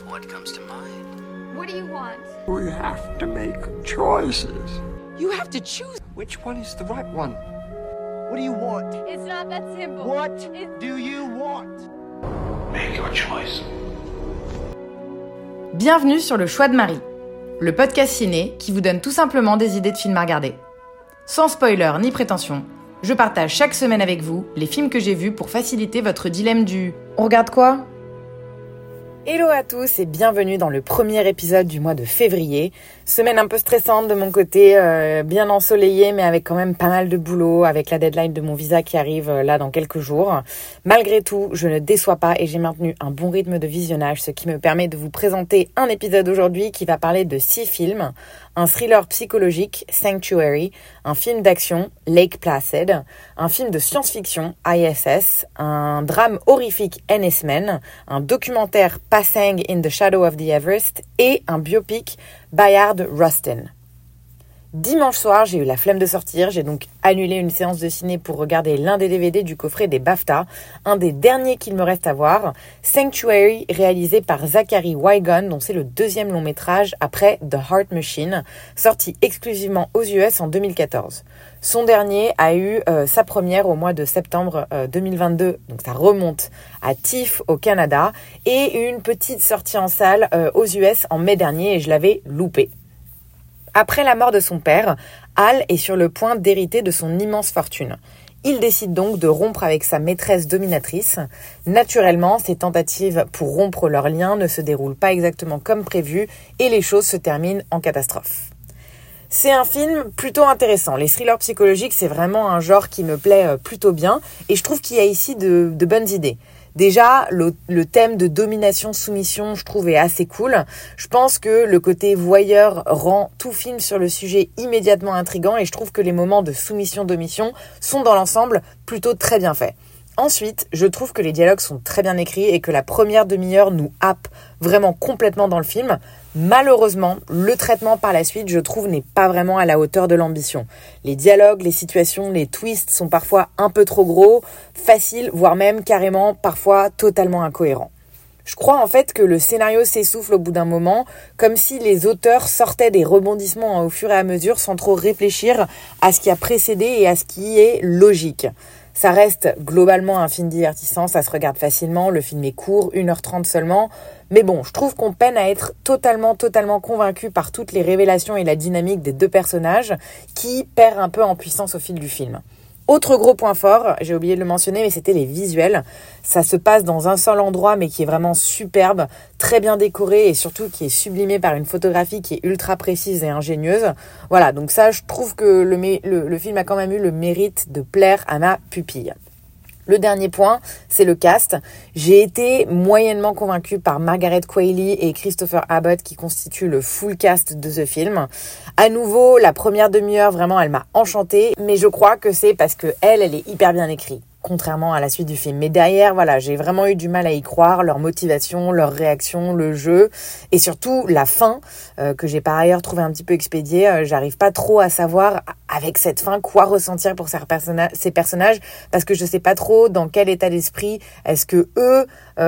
What comes to mind? What do you want? We have to make choices. You have to choose. Which one is the right one? What do you want? It's not that simple. What do you want? Make your choice. Bienvenue sur Le Choix de Marie, le podcast ciné qui vous donne tout simplement des idées de films à regarder. Sans spoiler ni prétention, je partage chaque semaine avec vous les films que j'ai vus pour faciliter votre dilemme du « on regarde quoi ?» Hello à tous et bienvenue dans le premier épisode du mois de février. Semaine un peu stressante de mon côté, bien ensoleillée mais avec quand même pas mal de boulot, avec la deadline de mon visa qui arrive là dans quelques jours. Malgré tout, je ne déçois pas et j'ai maintenu un bon rythme de visionnage, ce qui me permet de vous présenter un épisode aujourd'hui qui va parler de 6 films. Un thriller psychologique, Sanctuary, un film d'action, Lake Placid, un film de science-fiction, ISS, un drame horrifique, NS Men, un documentaire, Passing in the Shadow of the Everest et un biopic, Bayard Rustin. Dimanche soir, j'ai eu la flemme de sortir, j'ai donc annulé une séance de ciné pour regarder l'un des DVD du coffret des BAFTA, un des derniers qu'il me reste à voir, Sanctuary, réalisé par Zachary Wygon, dont c'est le deuxième long métrage après The Heart Machine, sorti exclusivement aux US en 2014. Son dernier a eu sa première au mois de septembre 2022, donc ça remonte à TIFF au Canada, et une petite sortie en salle aux US en mai dernier et je l'avais loupé. Après la mort de son père, Hal est sur le point d'hériter de son immense fortune. Il décide donc de rompre avec sa maîtresse dominatrice. Naturellement, ses tentatives pour rompre leur lien ne se déroulent pas exactement comme prévu et les choses se terminent en catastrophe. C'est un film plutôt intéressant. Les thrillers psychologiques, c'est vraiment un genre qui me plaît plutôt bien et je trouve qu'il y a ici de bonnes idées. Déjà, le thème de domination-soumission, je trouve, est assez cool. Je pense que le côté voyeur rend tout film sur le sujet immédiatement intriguant et je trouve que les moments de soumission-domination sont dans l'ensemble plutôt très bien faits. Ensuite, je trouve que les dialogues sont très bien écrits et que la première demi-heure nous happe vraiment complètement dans le film. Malheureusement, le traitement par la suite, je trouve, n'est pas vraiment à la hauteur de l'ambition. Les dialogues, les situations, les twists sont parfois un peu trop gros, faciles, voire même carrément parfois totalement incohérents. Je crois en fait que le scénario s'essouffle au bout d'un moment, comme si les auteurs sortaient des rebondissements au fur et à mesure sans trop réfléchir à ce qui a précédé et à ce qui est logique. Ça reste globalement un film divertissant, ça se regarde facilement, le film est court, 1h30 seulement. Mais bon, je trouve qu'on peine à être totalement convaincu par toutes les révélations et la dynamique des deux personnages qui perd un peu en puissance au fil du film. Autre gros point fort, j'ai oublié de le mentionner, mais c'était les visuels. Ça se passe dans un seul endroit, mais qui est vraiment superbe, très bien décoré et surtout qui est sublimé par une photographie qui est ultra précise et ingénieuse. Voilà, donc ça, je trouve que le film a quand même eu le mérite de plaire à ma pupille. Le dernier point, c'est le cast. J'ai été moyennement convaincue par Margaret Qualley et Christopher Abbott qui constituent le full cast de ce film. À nouveau, la première demi-heure, vraiment, elle m'a enchantée, mais je crois que c'est parce que elle est hyper bien écrite, contrairement à la suite du film. Mais derrière, voilà, j'ai vraiment eu du mal à y croire, leur motivation, leur réaction, le jeu, et surtout la fin, que j'ai par ailleurs trouvé un petit peu expédiée. J'arrive pas trop à savoir, avec cette fin, quoi ressentir pour ces personnages, parce que je sais pas trop dans quel état d'esprit est-ce que eux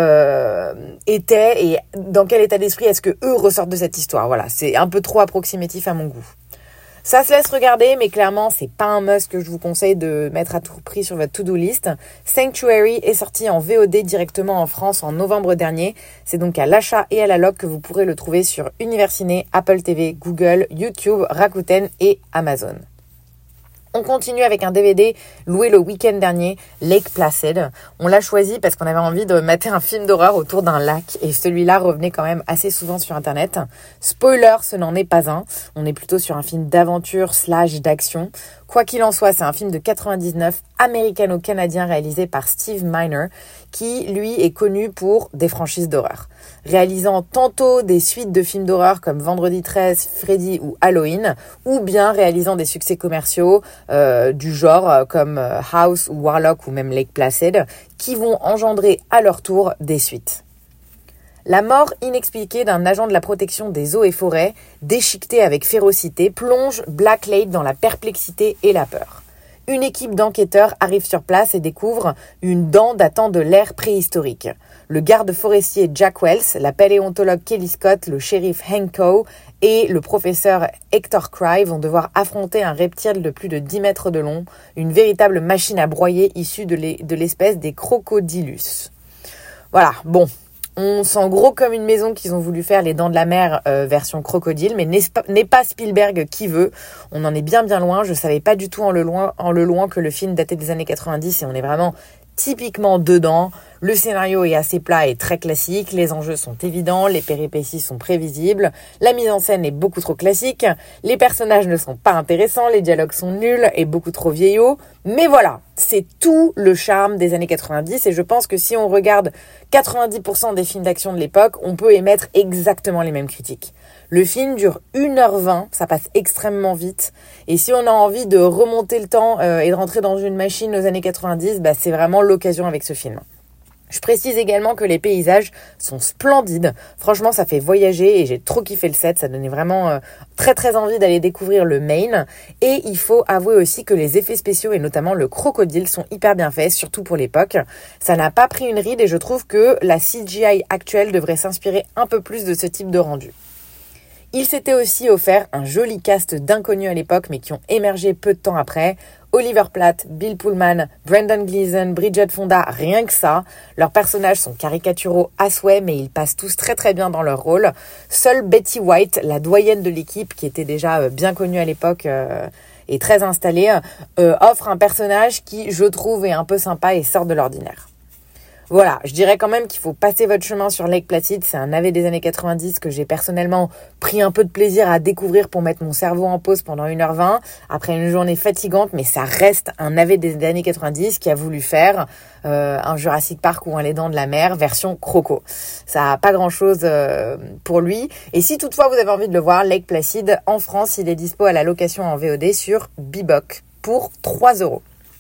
étaient, et dans quel état d'esprit est-ce que eux ressortent de cette histoire. Voilà, c'est un peu trop approximatif à mon goût. Ça se laisse regarder, mais clairement, c'est pas un must que je vous conseille de mettre à tout prix sur votre to-do list. Sanctuary est sorti en VOD directement en France en novembre dernier. C'est donc à l'achat et à la loc que vous pourrez le trouver sur Univerciné, Apple TV, Google, YouTube, Rakuten et Amazon. On continue avec un DVD loué le week-end dernier, Lake Placid. On l'a choisi parce qu'on avait envie de mater un film d'horreur autour d'un lac et celui-là revenait quand même assez souvent sur Internet. Spoiler, ce n'en est pas un. On est plutôt sur un film d'aventure / d'action. Quoi qu'il en soit, c'est un film de 99 américano-canadien réalisé par Steve Miner qui, lui, est connu pour des franchises d'horreur. Réalisant tantôt des suites de films d'horreur comme Vendredi 13, Freddy ou Halloween, ou bien réalisant des succès commerciaux du genre comme House ou Warlock ou même Lake Placid, qui vont engendrer à leur tour des suites. La mort inexpliquée d'un agent de la protection des eaux et forêts, déchiqueté avec férocité, plonge Black Lake dans la perplexité et la peur. Une équipe d'enquêteurs arrive sur place et découvre une dent datant de l'ère préhistorique. Le garde forestier Jack Wells, la paléontologue Kelly Scott, le shérif Hank Coe et le professeur Hector Cry vont devoir affronter un reptile de plus de 10 mètres de long, une véritable machine à broyer issue de l'espèce des Crocodylus. Voilà, bon, on sent gros comme une maison qu'ils ont voulu faire les Dents de la Mer version crocodile, mais n'est pas Spielberg qui veut. On en est bien loin. Je savais pas du tout en le loin que le film datait des années 90 et on est vraiment typiquement dedans. Le scénario est assez plat et très classique, les enjeux sont évidents, les péripéties sont prévisibles, la mise en scène est beaucoup trop classique, les personnages ne sont pas intéressants, les dialogues sont nuls et beaucoup trop vieillots. Mais voilà, c'est tout le charme des années 90 et je pense que si on regarde 90% des films d'action de l'époque, on peut émettre exactement les mêmes critiques. Le film dure 1h20, ça passe extrêmement vite. Et si on a envie de remonter le temps et de rentrer dans une machine aux années 90, c'est vraiment l'occasion avec ce film. Je précise également que les paysages sont splendides. Franchement, ça fait voyager et j'ai trop kiffé le set. Ça donnait vraiment très envie d'aller découvrir le Maine. Et il faut avouer aussi que les effets spéciaux et notamment le crocodile sont hyper bien faits, surtout pour l'époque. Ça n'a pas pris une ride et je trouve que la CGI actuelle devrait s'inspirer un peu plus de ce type de rendu. Il s'était aussi offert un joli cast d'inconnus à l'époque, mais qui ont émergé peu de temps après. Oliver Platt, Bill Pullman, Brendan Gleeson, Bridget Fonda, rien que ça. Leurs personnages sont caricaturaux à souhait, mais ils passent tous très bien dans leur rôle. Seule Betty White, la doyenne de l'équipe, qui était déjà bien connue à l'époque et très installée, offre un personnage qui, je trouve, est un peu sympa et sort de l'ordinaire. Voilà, je dirais quand même qu'il faut passer votre chemin sur Lake Placid. C'est un navet des années 90 que j'ai personnellement pris un peu de plaisir à découvrir pour mettre mon cerveau en pause pendant 1h20 après une journée fatigante, mais ça reste un navet des années 90 qui a voulu faire un Jurassic Park ou un Les Dents de la Mer version croco. Ça a pas grand chose pour lui. Et si toutefois vous avez envie de le voir, Lake Placid en France, il est dispo à la location en VOD sur Biboc pour 3€.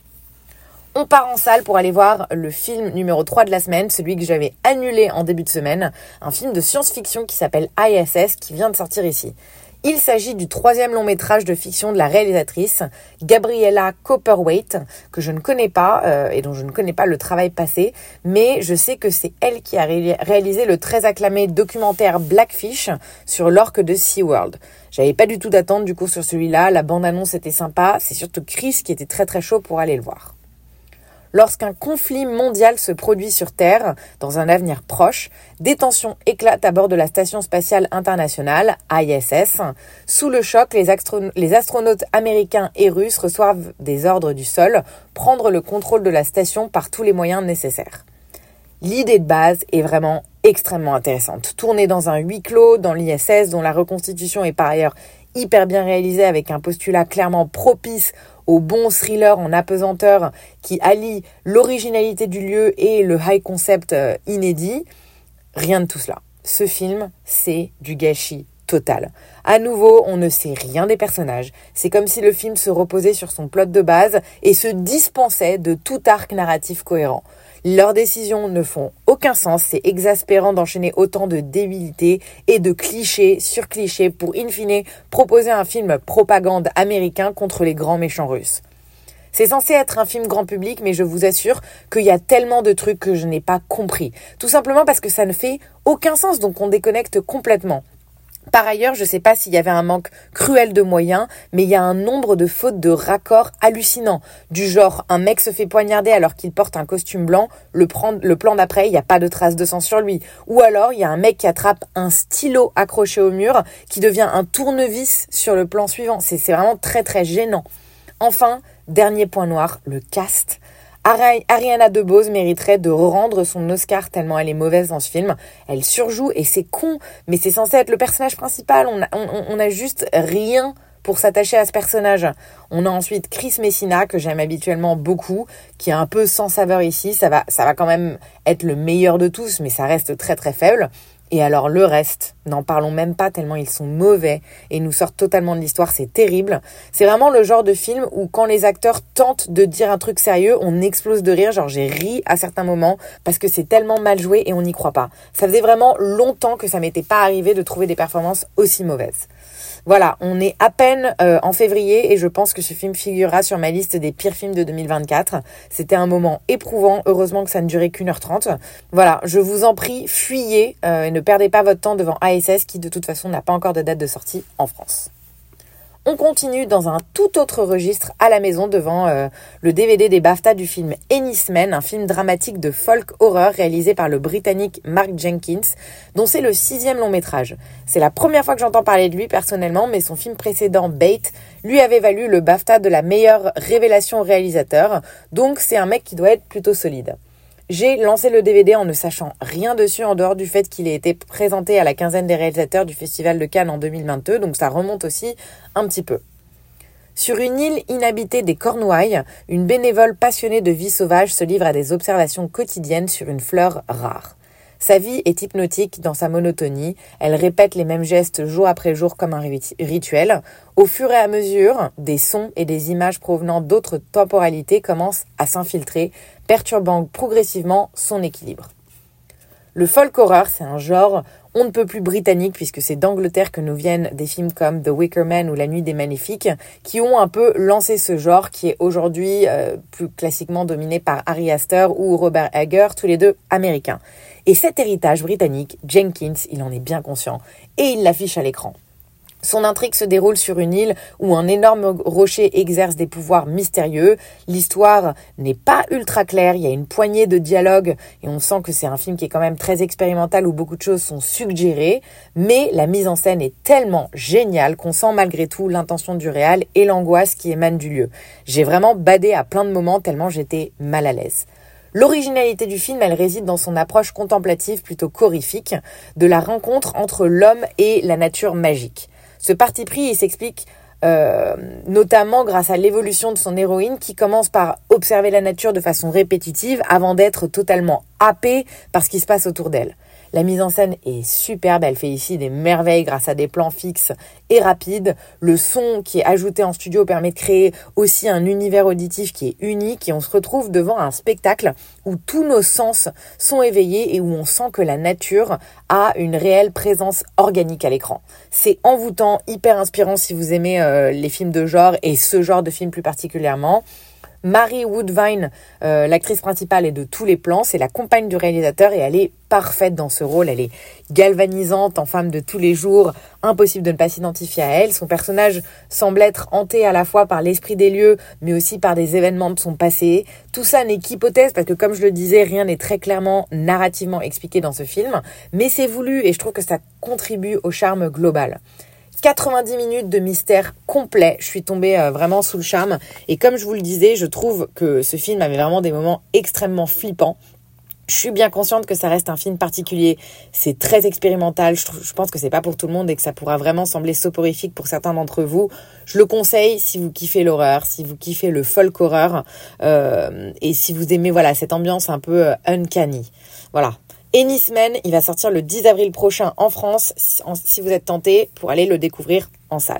On part en salle pour aller voir le film numéro 3 de la semaine, celui que j'avais annulé en début de semaine, un film de science-fiction qui s'appelle ISS qui vient de sortir ici. Il s'agit du 3e long métrage de fiction de la réalisatrice Gabriella Copperwaite, que je ne connais pas et dont je ne connais pas le travail passé, mais je sais que c'est elle qui a réalisé le très acclamé documentaire Blackfish sur l'orque de SeaWorld. J'avais pas du tout d'attente du coup sur celui-là, la bande-annonce était sympa, c'est surtout Chris qui était très chaud pour aller le voir. Lorsqu'un conflit mondial se produit sur Terre, dans un avenir proche, des tensions éclatent à bord de la Station spatiale internationale, ISS. Sous le choc, les astronautes américains et russes reçoivent des ordres du sol, prendre le contrôle de la station par tous les moyens nécessaires. L'idée de base est vraiment extrêmement intéressante. Tournée dans un huis clos, dans l'ISS, dont la reconstitution est par ailleurs hyper bien réalisée avec un postulat clairement propice au bon thriller en apesanteur qui allie l'originalité du lieu et le high concept inédit. Rien de tout cela. Ce film, c'est du gâchis total. À nouveau, on ne sait rien des personnages. C'est comme si le film se reposait sur son plot de base et se dispensait de tout arc narratif cohérent. Leurs décisions ne font aucun sens, c'est exaspérant d'enchaîner autant de débilités et de clichés sur clichés pour in fine proposer un film propagande américain contre les grands méchants russes. C'est censé être un film grand public, mais je vous assure qu'il y a tellement de trucs que je n'ai pas compris. Tout simplement parce que ça ne fait aucun sens, donc on déconnecte complètement. Par ailleurs, je ne sais pas s'il y avait un manque cruel de moyens, mais il y a un nombre de fautes de raccord hallucinant. Du genre, un mec se fait poignarder alors qu'il porte un costume blanc, le plan d'après, il n'y a pas de traces de sang sur lui. Ou alors, il y a un mec qui attrape un stylo accroché au mur, qui devient un tournevis sur le plan suivant. C'est vraiment très gênant. Enfin, dernier point noir, le cast. Ariana DeBose mériterait de rendre son Oscar tellement elle est mauvaise dans ce film. Elle surjoue et c'est con, mais c'est censé être le personnage principal. On a juste rien pour s'attacher à ce personnage. On a ensuite Chris Messina, que j'aime habituellement beaucoup, qui est un peu sans saveur ici. Ça va quand même être le meilleur de tous, mais ça reste très faible. Et alors le reste, n'en parlons même pas tellement ils sont mauvais et nous sortent totalement de l'histoire, c'est terrible. C'est vraiment le genre de film où quand les acteurs tentent de dire un truc sérieux, on explose de rire, genre j'ai ri à certains moments parce que c'est tellement mal joué et on n'y croit pas. Ça faisait vraiment longtemps que ça m'était pas arrivé de trouver des performances aussi mauvaises. Voilà, on est à peine en février et je pense que ce film figurera sur ma liste des pires films de 2024. C'était un moment éprouvant, heureusement que ça ne durait qu'1h30. Voilà, je vous en prie, fuyez et ne perdez pas votre temps devant ASS qui de toute façon n'a pas encore de date de sortie en France. On continue dans un tout autre registre à la maison devant le DVD des BAFTA du film Ennis Men, un film dramatique de folk horror réalisé par le Britannique Mark Jenkins, dont c'est le 6e long métrage. C'est la première fois que j'entends parler de lui personnellement, mais son film précédent Bait lui avait valu le BAFTA de la meilleure révélation au réalisateur, donc c'est un mec qui doit être plutôt solide. J'ai lancé le DVD en ne sachant rien dessus en dehors du fait qu'il ait été présenté à la quinzaine des réalisateurs du Festival de Cannes en 2022, donc ça remonte aussi un petit peu. Sur une île inhabitée des Cornouailles, une bénévole passionnée de vie sauvage se livre à des observations quotidiennes sur une fleur rare. Sa vie est hypnotique dans sa monotonie, elle répète les mêmes gestes jour après jour comme un rituel. Au fur et à mesure, des sons et des images provenant d'autres temporalités commencent à s'infiltrer, perturbant progressivement son équilibre. Le folk horror, c'est un genre on ne peut plus britannique puisque c'est d'Angleterre que nous viennent des films comme The Wicker Man ou La Nuit des Maléfiques qui ont un peu lancé ce genre qui est aujourd'hui plus classiquement dominé par Ari Aster ou Robert Eggers, tous les deux américains. Et cet héritage britannique, Jenkins, il en est bien conscient et il l'affiche à l'écran. Son intrigue se déroule sur une île où un énorme rocher exerce des pouvoirs mystérieux. L'histoire n'est pas ultra claire, il y a une poignée de dialogues et on sent que c'est un film qui est quand même très expérimental où beaucoup de choses sont suggérées, mais la mise en scène est tellement géniale qu'on sent malgré tout l'intention du réal et l'angoisse qui émane du lieu. J'ai vraiment badé à plein de moments tellement j'étais mal à l'aise. L'originalité du film, elle réside dans son approche contemplative plutôt horrifique de la rencontre entre l'homme et la nature magique. Ce parti pris, il s'explique notamment grâce à l'évolution de son héroïne qui commence par observer la nature de façon répétitive avant d'être totalement happée par ce qui se passe autour d'elle. La mise en scène est superbe, elle fait ici des merveilles grâce à des plans fixes et rapides. Le son qui est ajouté en studio permet de créer aussi un univers auditif qui est unique et on se retrouve devant un spectacle où tous nos sens sont éveillés et où on sent que la nature a une réelle présence organique à l'écran. C'est envoûtant, hyper inspirant si vous aimez les films de genre et ce genre de film plus particulièrement. Mary Woodvine, l'actrice principale, est de tous les plans. C'est la compagne du réalisateur et elle est parfaite dans ce rôle. Elle est galvanisante, en femme de tous les jours. Impossible de ne pas s'identifier à elle. Son personnage semble être hanté à la fois par l'esprit des lieux, mais aussi par des événements de son passé. Tout ça n'est qu'hypothèse parce que, comme je le disais, rien n'est très clairement narrativement expliqué dans ce film. Mais c'est voulu et je trouve que ça contribue au charme global. 90 minutes de mystère complet, je suis tombée vraiment sous le charme et comme je vous le disais, je trouve que ce film avait vraiment des moments extrêmement flippants. Je suis bien consciente que ça reste un film particulier, c'est très expérimental, je pense que c'est pas pour tout le monde et que ça pourra vraiment sembler soporifique pour certains d'entre vous. Je le conseille si vous kiffez l'horreur, si vous kiffez le folk horror et si vous aimez cette ambiance un peu uncanny. Voilà. Ennis Men, il va sortir le 10 avril prochain en France, si vous êtes tenté, pour aller le découvrir en salle.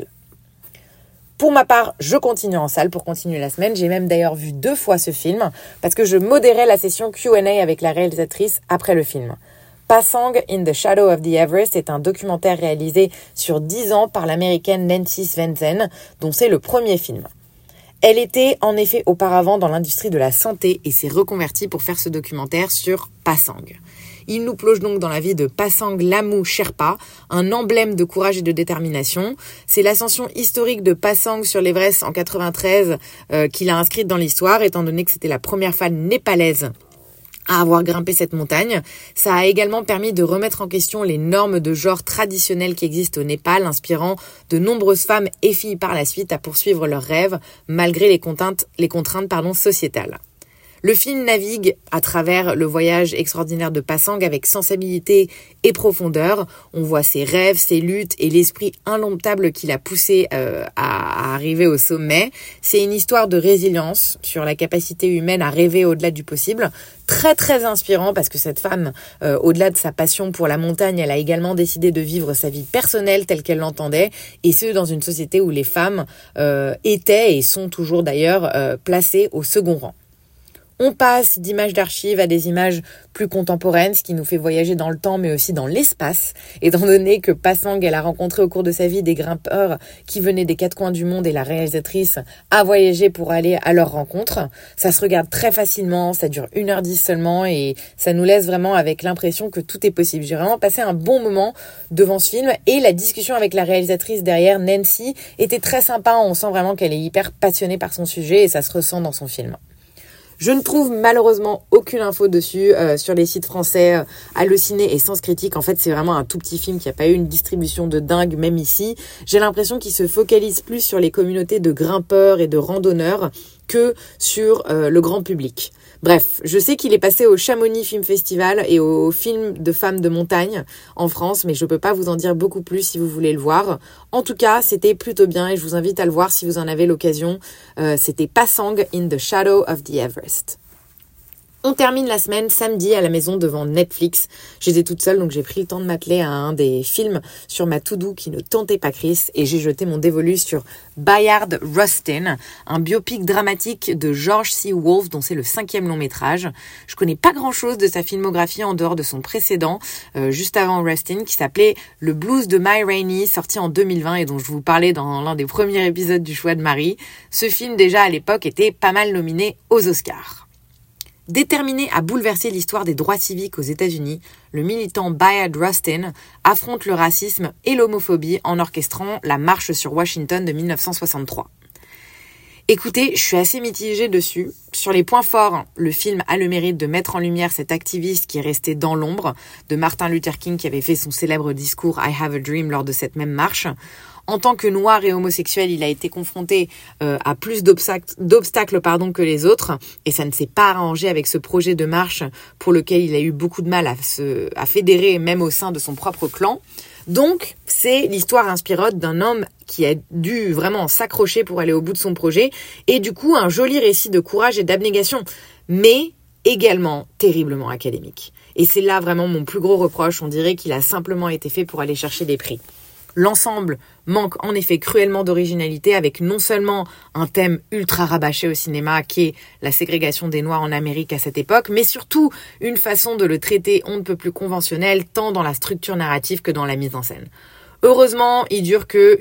Pour ma part, je continue en salle pour continuer la semaine. J'ai même d'ailleurs vu 2 fois ce film, parce que je modérais la session Q&A avec la réalisatrice après le film. Pasang in the Shadow of the Everest est un documentaire réalisé sur 10 ans par l'américaine Nancy Svensson, dont c'est le premier film. Elle était en effet auparavant dans l'industrie de la santé et s'est reconvertie pour faire ce documentaire sur Pasang. Il nous plonge donc dans la vie de Pasang Lamou Sherpa, un emblème de courage et de détermination. C'est l'ascension historique de Pasang sur l'Everest en 93 qu'il a inscrite dans l'histoire, étant donné que c'était la première femme népalaise à avoir grimpé cette montagne. Ça a également permis de remettre en question les normes de genre traditionnelles qui existent au Népal, inspirant de nombreuses femmes et filles par la suite à poursuivre leurs rêves malgré les contraintes sociétales. Le film navigue à travers le voyage extraordinaire de Pasang avec sensibilité et profondeur. On voit ses rêves, ses luttes et l'esprit indomptable qui l'a poussé à arriver au sommet. C'est une histoire de résilience sur la capacité humaine à rêver au-delà du possible. Très très inspirant parce que cette femme, au-delà de sa passion pour la montagne, elle a également décidé de vivre sa vie personnelle telle qu'elle l'entendait, et ce dans une société où les femmes étaient et sont toujours d'ailleurs placées au second rang. On passe d'images d'archives à des images plus contemporaines, ce qui nous fait voyager dans le temps mais aussi dans l'espace, étant donné que Pasang, elle a rencontré au cours de sa vie des grimpeurs qui venaient des quatre coins du monde et la réalisatrice a voyagé pour aller à leur rencontre. Ça se regarde très facilement, ça dure 1h10 seulement et ça nous laisse vraiment avec l'impression que tout est possible. J'ai vraiment passé un bon moment devant ce film et la discussion avec la réalisatrice derrière, Nancy, était très sympa. On sent vraiment qu'elle est hyper passionnée par son sujet et ça se ressent dans son film. Je ne trouve malheureusement aucune info dessus sur les sites français Allociné et Sens Critique. En fait, c'est vraiment un tout petit film qui n'a pas eu une distribution de dingue, même ici. J'ai l'impression qu'il se focalise plus sur les communautés de grimpeurs et de randonneurs que sur le grand public. Bref, je sais qu'il est passé au Chamonix Film Festival et au film de femmes de montagne en France, mais je peux pas vous en dire beaucoup plus si vous voulez le voir. En tout cas, c'était plutôt bien et je vous invite à le voir si vous en avez l'occasion. C'était Pasang in the Shadow of the Everest. On termine la semaine samedi à la maison devant Netflix. J'étais toute seule, donc j'ai pris le temps de m'atteler à un des films sur ma to-do qui ne tentait pas Chris et j'ai jeté mon dévolu sur Bayard Rustin, un biopic dramatique de George C. Wolfe dont c'est le 5e long métrage. Je connais pas grand-chose de sa filmographie en dehors de son précédent, juste avant Rustin, qui s'appelait Le Blues de My Rainey, sorti en 2020 et dont je vous parlais dans l'un des premiers épisodes du Choix de Marie. Ce film, déjà à l'époque, était pas mal nominé aux Oscars. Déterminé à bouleverser l'histoire des droits civiques aux États-Unis, le militant Bayard Rustin affronte le racisme et l'homophobie en orchestrant la marche sur Washington de 1963. Écoutez, je suis assez mitigée dessus. Sur les points forts, le film a le mérite de mettre en lumière cet activiste qui est resté dans l'ombre de Martin Luther King qui avait fait son célèbre discours I Have a Dream lors de cette même marche. En tant que noir et homosexuel, il a été confronté à plus d'obstacles que les autres, et ça ne s'est pas arrangé avec ce projet de marche pour lequel il a eu beaucoup de mal à fédérer, même au sein de son propre clan. Donc, c'est l'histoire inspirante d'un homme qui a dû vraiment s'accrocher pour aller au bout de son projet, et du coup, un joli récit de courage et d'abnégation, mais également terriblement académique. Et c'est là vraiment mon plus gros reproche, on dirait qu'il a simplement été fait pour aller chercher des prix. L'ensemble manque en effet cruellement d'originalité avec non seulement un thème ultra rabâché au cinéma qui est la ségrégation des Noirs en Amérique à cette époque, mais surtout une façon de le traiter on ne peut plus conventionnelle tant dans la structure narrative que dans la mise en scène. Heureusement, il dure que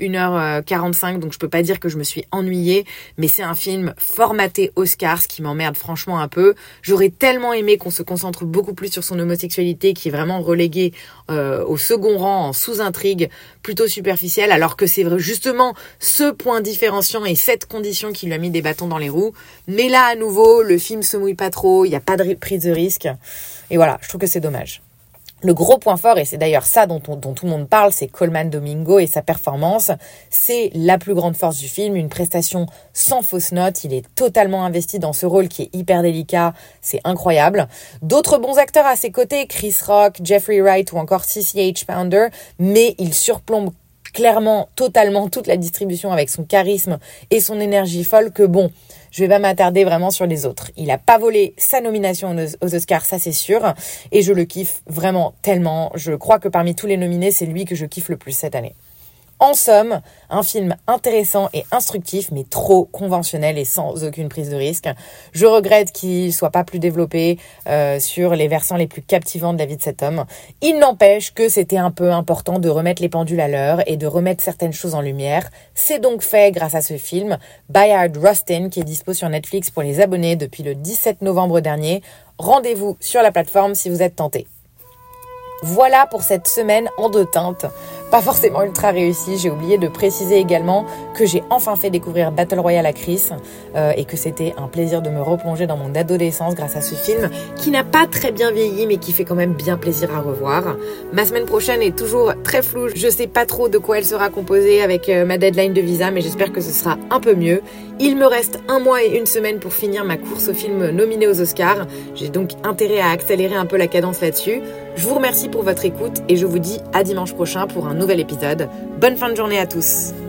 1h45, donc je peux pas dire que je me suis ennuyée, mais c'est un film formaté Oscar, ce qui m'emmerde franchement un peu. J'aurais tellement aimé qu'on se concentre beaucoup plus sur son homosexualité, qui est vraiment reléguée au second rang, en sous-intrigue, plutôt superficielle, alors que c'est justement ce point différenciant et cette condition qui lui a mis des bâtons dans les roues. Mais là, à nouveau, le film se mouille pas trop, il n'y a pas de prise de risque, et voilà, je trouve que c'est dommage. Le gros point fort, et c'est d'ailleurs ça dont tout le monde parle, c'est Colman Domingo et sa performance. C'est la plus grande force du film, une prestation sans fausse note. Il est totalement investi dans ce rôle qui est hyper délicat, c'est incroyable. D'autres bons acteurs à ses côtés, Chris Rock, Jeffrey Wright ou encore CCH Pounder, mais il surplombe clairement, totalement toute la distribution avec son charisme et son énergie folle que bon, je vais pas m'attarder vraiment sur les autres. Il a pas volé sa nomination aux Oscars, ça c'est sûr, et je le kiffe vraiment tellement. Je crois que parmi tous les nominés, c'est lui que je kiffe le plus cette année. En somme, un film intéressant et instructif, mais trop conventionnel et sans aucune prise de risque. Je regrette qu'il soit pas plus développé sur les versants les plus captivants de la vie de cet homme. Il n'empêche que c'était un peu important de remettre les pendules à l'heure et de remettre certaines choses en lumière. C'est donc fait grâce à ce film, Bayard Rustin, qui est dispo sur Netflix pour les abonnés depuis le 17 novembre dernier. Rendez-vous sur la plateforme si vous êtes tentés. Voilà pour cette semaine en deux teintes. Pas forcément ultra réussie. J'ai oublié de préciser également que j'ai enfin fait découvrir Battle Royale à Chris et que c'était un plaisir de me replonger dans mon adolescence grâce à ce film qui n'a pas très bien vieilli mais qui fait quand même bien plaisir à revoir. Ma semaine prochaine est toujours très floue, je sais pas trop de quoi elle sera composée avec ma deadline de visa, mais j'espère que ce sera un peu mieux. Il me reste 1 mois et 1 semaine pour finir ma course aux films nominés aux Oscars, j'ai donc intérêt à accélérer un peu la cadence là-dessus. Je vous remercie pour votre écoute et je vous dis à dimanche prochain pour un nouvel épisode. Bonne fin de journée à tous.